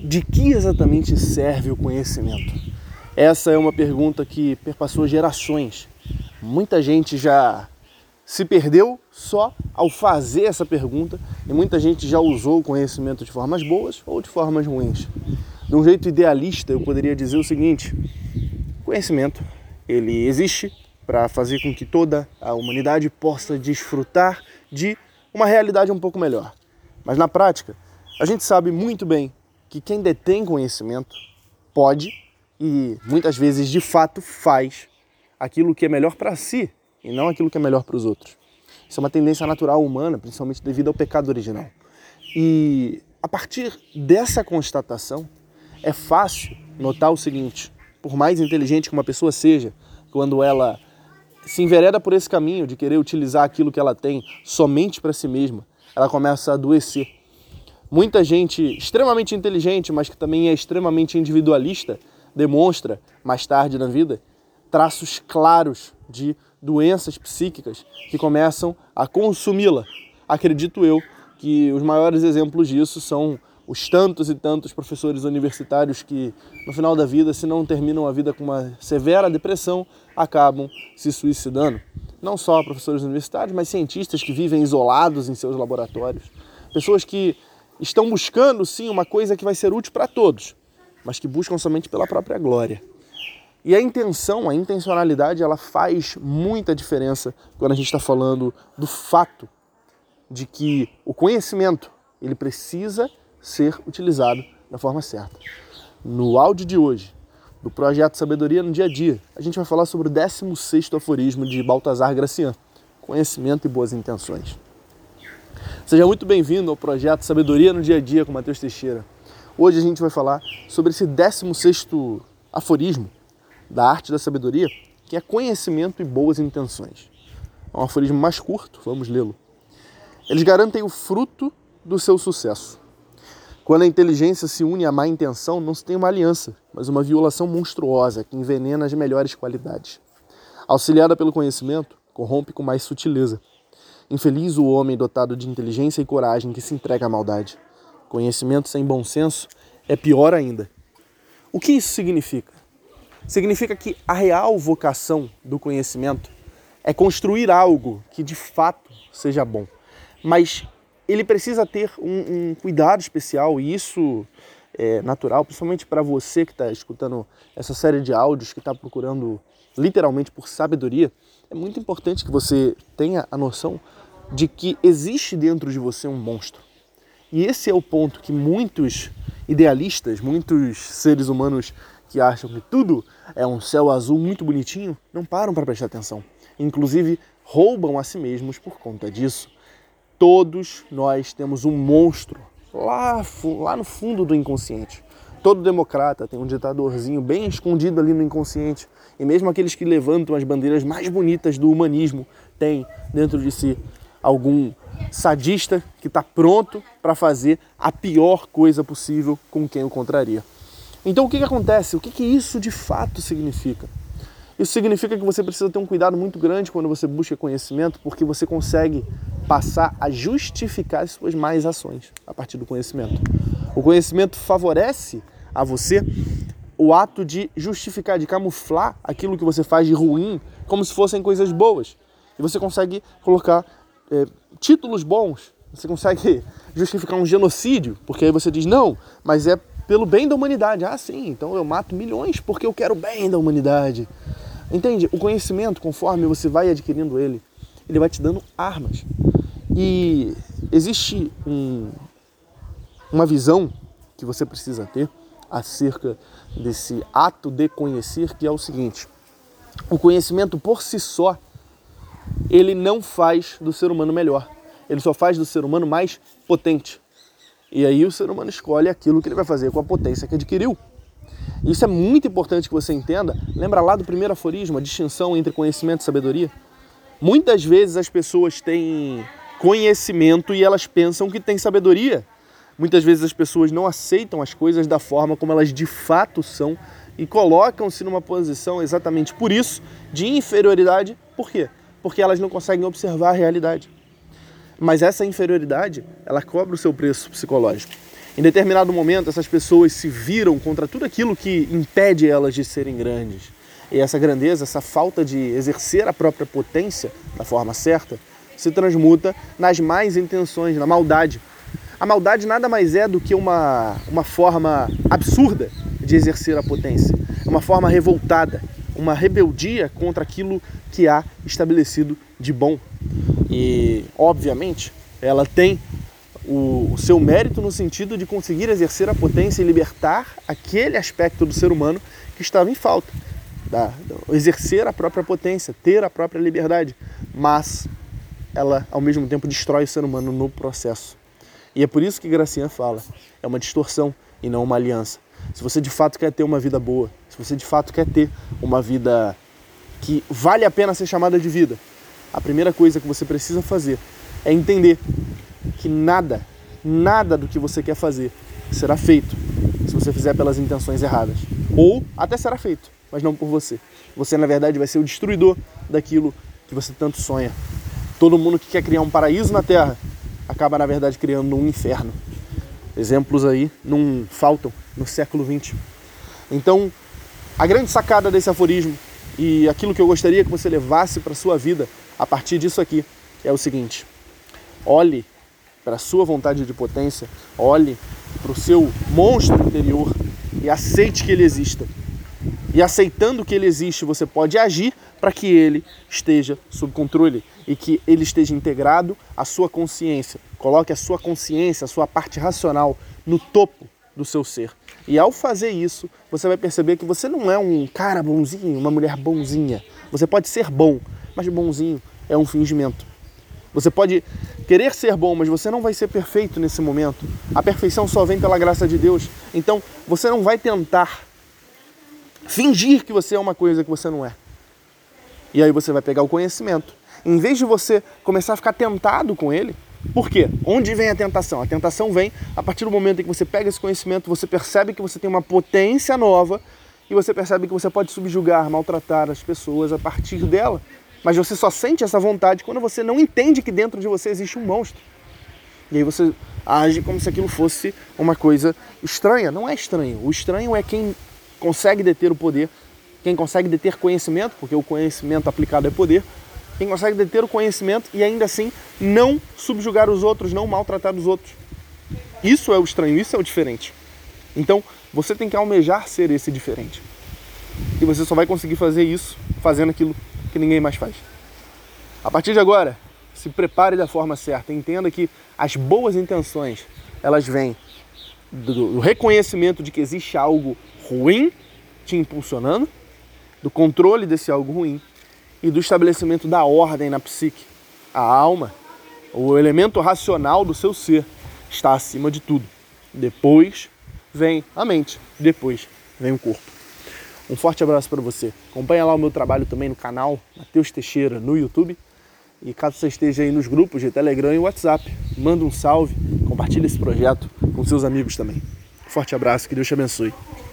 de que exatamente serve o conhecimento? Essa é uma pergunta que perpassou gerações. Muita gente já se perdeu só ao fazer essa pergunta e muita gente já usou o conhecimento de formas boas ou de formas ruins. De um jeito idealista, eu poderia dizer o seguinte: o conhecimento, ele existe para fazer com que toda a humanidade possa desfrutar de uma realidade um pouco melhor. Mas na prática, a gente sabe muito bem que quem detém conhecimento pode e muitas vezes de fato faz aquilo que é melhor para si e não aquilo que é melhor para os outros. Isso é uma tendência natural humana, principalmente devido ao pecado original. E a partir dessa constatação, é fácil notar o seguinte: por mais inteligente que uma pessoa seja, quando ela se envereda por esse caminho de querer utilizar aquilo que ela tem somente para si mesma, ela começa a adoecer. Muita gente extremamente inteligente, mas que também é extremamente individualista, demonstra, mais tarde na vida, traços claros de doenças psíquicas que começam a consumi-la. Acredito eu que os maiores exemplos disso são os tantos e tantos professores universitários que, no final da vida, se não terminam a vida com uma severa depressão, acabam se suicidando. Não só professores universitários, mas cientistas que vivem isolados em seus laboratórios. Pessoas que estão buscando, sim, uma coisa que vai ser útil para todos, mas que buscam somente pela própria glória. E a intencionalidade, ela faz muita diferença quando a gente está falando do fato de que o conhecimento, ele precisa ser utilizado da forma certa. No áudio de hoje, do projeto Sabedoria no Dia a Dia, a gente vai falar sobre o 16º aforismo de Baltazar Gracian, conhecimento e boas intenções. Seja muito bem-vindo ao projeto Sabedoria no Dia a Dia com Matheus Teixeira. Hoje a gente vai falar sobre esse 16º aforismo da arte da sabedoria, que é conhecimento e boas intenções. É um aforismo mais curto, vamos lê-lo. Eles garantem o fruto do seu sucesso. Quando a inteligência se une à má intenção, não se tem uma aliança, mas uma violação monstruosa que envenena as melhores qualidades. Auxiliada pelo conhecimento, corrompe com mais sutileza. Infeliz o homem dotado de inteligência e coragem que se entrega à maldade. Conhecimento sem bom senso é pior ainda. O que isso significa? Significa que a real vocação do conhecimento é construir algo que de fato seja bom. Mas ele precisa ter um cuidado especial, e isso é natural, principalmente para você que está escutando essa série de áudios, que está procurando literalmente por sabedoria. É muito importante que você tenha a noção de que existe dentro de você um monstro. E esse é o ponto que muitos idealistas, muitos seres humanos que acham que tudo é um céu azul muito bonitinho, não param para prestar atenção. Inclusive, roubam a si mesmos por conta disso. Todos nós temos um monstro lá no fundo do inconsciente. Todo democrata tem um ditadorzinho bem escondido ali no inconsciente. E mesmo aqueles que levantam as bandeiras mais bonitas do humanismo têm dentro de si algum sadista que está pronto para fazer a pior coisa possível com quem o contraria. Então o que acontece? O que isso de fato significa? Isso significa que você precisa ter um cuidado muito grande quando você busca conhecimento, porque você consegue passar a justificar as suas más ações a partir do conhecimento. O conhecimento favorece a você o ato de justificar, de camuflar aquilo que você faz de ruim como se fossem coisas boas. E você consegue colocar títulos bons, você consegue justificar um genocídio, porque aí você diz, não, mas é pelo bem da humanidade. Ah, sim, então eu mato milhões porque eu quero o bem da humanidade. Entende? O conhecimento, conforme você vai adquirindo ele vai te dando armas. E existe uma visão que você precisa ter acerca desse ato de conhecer, que é o seguinte: o conhecimento por si só, ele não faz do ser humano melhor. Ele só faz do ser humano mais potente. E aí o ser humano escolhe aquilo que ele vai fazer com a potência que adquiriu. Isso é muito importante que você entenda. Lembra lá do primeiro aforismo, a distinção entre conhecimento e sabedoria? Muitas vezes as pessoas têm conhecimento e elas pensam que têm sabedoria. Muitas vezes as pessoas não aceitam as coisas da forma como elas de fato são e colocam-se numa posição exatamente por isso de inferioridade. Por quê? Porque elas não conseguem observar a realidade. Mas essa inferioridade, ela cobra o seu preço psicológico. Em determinado momento, essas pessoas se viram contra tudo aquilo que impede elas de serem grandes. E essa grandeza, essa falta de exercer a própria potência da forma certa, se transmuta nas más intenções, na maldade. A maldade nada mais é do que uma forma absurda de exercer a potência, uma forma revoltada, uma rebeldia contra aquilo que há estabelecido de bom. E, obviamente, ela tem o seu mérito no sentido de conseguir exercer a potência e libertar aquele aspecto do ser humano que estava em falta. Exercer a própria potência, ter a própria liberdade. Mas ela, ao mesmo tempo, destrói o ser humano no processo. E é por isso que Gracian fala, é uma distorção e não uma aliança. Se você de fato quer ter uma vida boa, se você de fato quer ter uma vida que vale a pena ser chamada de vida, a primeira coisa que você precisa fazer é entender que nada do que você quer fazer será feito se você fizer pelas intenções erradas. Ou até será feito, mas não por você. Você, na verdade, vai ser o destruidor daquilo que você tanto sonha. Todo mundo que quer criar um paraíso na Terra acaba, na verdade, criando um inferno. Exemplos aí não faltam no século XX. Então, a grande sacada desse aforismo e aquilo que eu gostaria que você levasse para a sua vida a partir disso aqui é o seguinte: olhe para a sua vontade de potência, olhe para o seu monstro interior e aceite que ele exista. E aceitando que ele existe, você pode agir para que ele esteja sob controle e que ele esteja integrado à sua consciência. Coloque a sua consciência, a sua parte racional no topo do seu ser. E ao fazer isso, você vai perceber que você não é um cara bonzinho, uma mulher bonzinha. Você pode ser bom, mas bonzinho é um fingimento. Você pode querer ser bom, mas você não vai ser perfeito nesse momento. A perfeição só vem pela graça de Deus. Então, você não vai tentar fingir que você é uma coisa que você não é. E aí você vai pegar o conhecimento. Em vez de você começar a ficar tentado com ele, por quê? Onde vem a tentação? A tentação vem a partir do momento em que você pega esse conhecimento, você percebe que você tem uma potência nova e você percebe que você pode subjugar, maltratar as pessoas a partir dela. Mas você só sente essa vontade quando você não entende que dentro de você existe um monstro. E aí você age como se aquilo fosse uma coisa estranha. Não é estranho. O estranho é quem consegue deter o poder, quem consegue deter conhecimento, porque o conhecimento aplicado é poder, quem consegue deter o conhecimento e ainda assim não subjugar os outros, não maltratar os outros. Isso é o estranho, isso é o diferente. Então, você tem que almejar ser esse diferente. E você só vai conseguir fazer isso fazendo aquilo que ninguém mais faz. A partir de agora, se prepare da forma certa. Entenda que as boas intenções, elas vêm do reconhecimento de que existe algo ruim te impulsionando, do controle desse algo ruim e do estabelecimento da ordem na psique. A alma, o elemento racional do seu ser, está acima de tudo. Depois vem a mente, depois vem o corpo. Um forte abraço para você. Acompanha lá o meu trabalho também no canal Matheus Teixeira no YouTube. E caso você esteja aí nos grupos de Telegram e WhatsApp, manda um salve, compartilha esse projeto com seus amigos também. Forte abraço, que Deus te abençoe.